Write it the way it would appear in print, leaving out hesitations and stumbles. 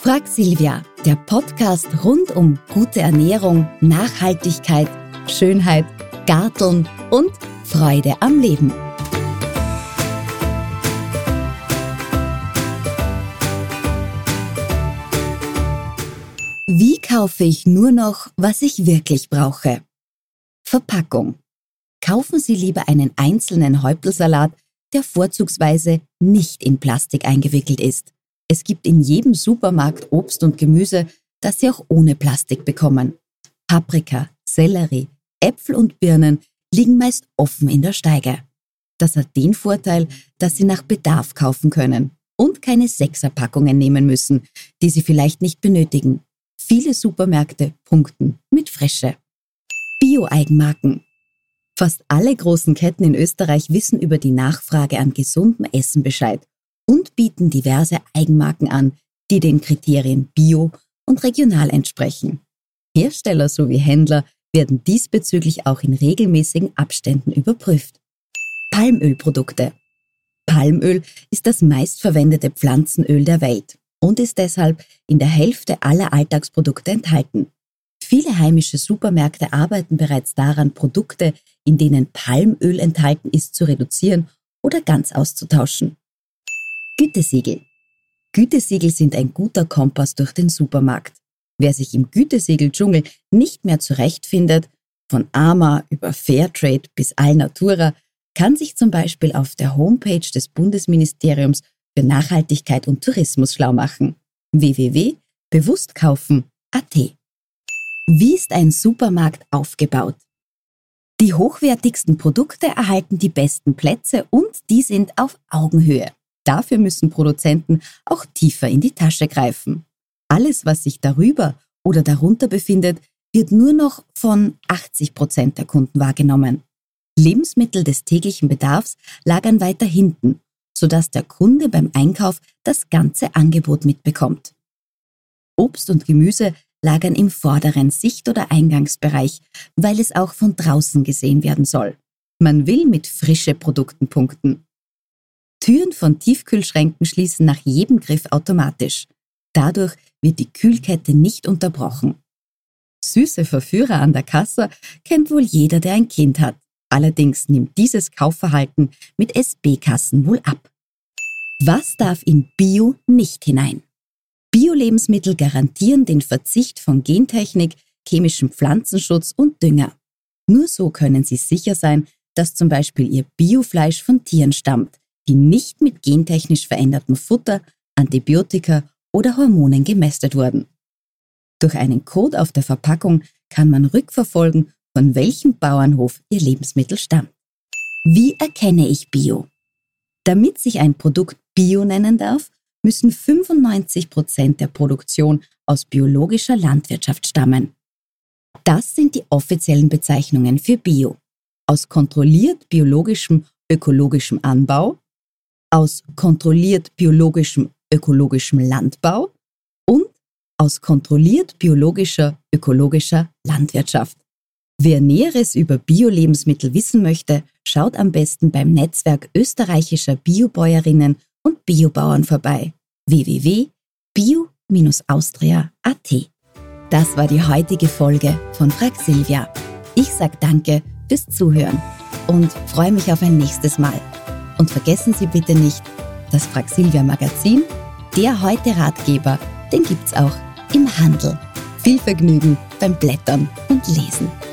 Frag Silvia, der Podcast rund um gute Ernährung, Nachhaltigkeit, Schönheit, Garteln und Freude am Leben. Wie kaufe ich nur noch, was ich wirklich brauche? Verpackung. Kaufen Sie lieber einen einzelnen Häuptlsalat, der vorzugsweise nicht in Plastik eingewickelt ist. Es gibt in jedem Supermarkt Obst und Gemüse, das Sie auch ohne Plastik bekommen. Paprika, Sellerie, Äpfel und Birnen liegen meist offen in der Steige. Das hat den Vorteil, dass Sie nach Bedarf kaufen können und keine 6er-Packungen nehmen müssen, die Sie vielleicht nicht benötigen. Viele Supermärkte punkten mit Frische. Bio-Eigenmarken. Fast alle großen Ketten in Österreich wissen über die Nachfrage an gesundem Essen Bescheid und bieten diverse Eigenmarken an, die den Kriterien Bio und regional entsprechen. Hersteller sowie Händler werden diesbezüglich auch in regelmäßigen Abständen überprüft. Palmölprodukte. Palmöl ist das meistverwendete Pflanzenöl der Welt und ist deshalb in der Hälfte aller Alltagsprodukte enthalten. Viele heimische Supermärkte arbeiten bereits daran, Produkte, in denen Palmöl enthalten ist, zu reduzieren oder ganz auszutauschen. Gütesiegel. Gütesiegel sind ein guter Kompass durch den Supermarkt. Wer sich im Gütesiegel-Dschungel nicht mehr zurechtfindet, von AMA über Fairtrade bis Alnatura, kann sich zum Beispiel auf der Homepage des Bundesministeriums für Nachhaltigkeit und Tourismus schlau machen. www.bewusstkaufen.at. Wie ist ein Supermarkt aufgebaut? Die hochwertigsten Produkte erhalten die besten Plätze und die sind auf Augenhöhe. Dafür müssen Produzenten auch tiefer in die Tasche greifen. Alles, was sich darüber oder darunter befindet, wird nur noch von 80% der Kunden wahrgenommen. Lebensmittel des täglichen Bedarfs lagern weiter hinten, sodass der Kunde beim Einkauf das ganze Angebot mitbekommt. Obst und Gemüse lagern im vorderen Sicht- oder Eingangsbereich, weil es auch von draußen gesehen werden soll. Man will mit frischen Produkten punkten. Türen von Tiefkühlschränken schließen nach jedem Griff automatisch. Dadurch wird die Kühlkette nicht unterbrochen. Süße Verführer an der Kasse kennt wohl jeder, der ein Kind hat. Allerdings nimmt dieses Kaufverhalten mit SB-Kassen wohl ab. Was darf in Bio nicht hinein? Bio-Lebensmittel garantieren den Verzicht von Gentechnik, chemischem Pflanzenschutz und Dünger. Nur so können Sie sicher sein, dass zum Beispiel Ihr Biofleisch von Tieren stammt, die nicht mit gentechnisch verändertem Futter, Antibiotika oder Hormonen gemästet wurden. Durch einen Code auf der Verpackung kann man rückverfolgen, von welchem Bauernhof Ihr Lebensmittel stammt. Wie erkenne ich Bio? Damit sich ein Produkt Bio nennen darf, müssen 95% der Produktion aus biologischer Landwirtschaft stammen. Das sind die offiziellen Bezeichnungen für Bio. Aus kontrolliert biologischem ökologischem Anbau, aus kontrolliert biologischem ökologischem Landbau und aus kontrolliert biologischer ökologischer Landwirtschaft. Wer Näheres über Bio-Lebensmittel wissen möchte, schaut am besten beim Netzwerk österreichischer Biobäuerinnen und Biobauern vorbei. www.bio-austria.at. Das war die heutige Folge von Frag Silvia. Ich sag danke fürs Zuhören und freue mich auf ein nächstes Mal. Und vergessen Sie bitte nicht, das Frag Silvia Magazin, der Heute-Ratgeber, den gibt's auch im Handel. Viel Vergnügen beim Blättern und Lesen.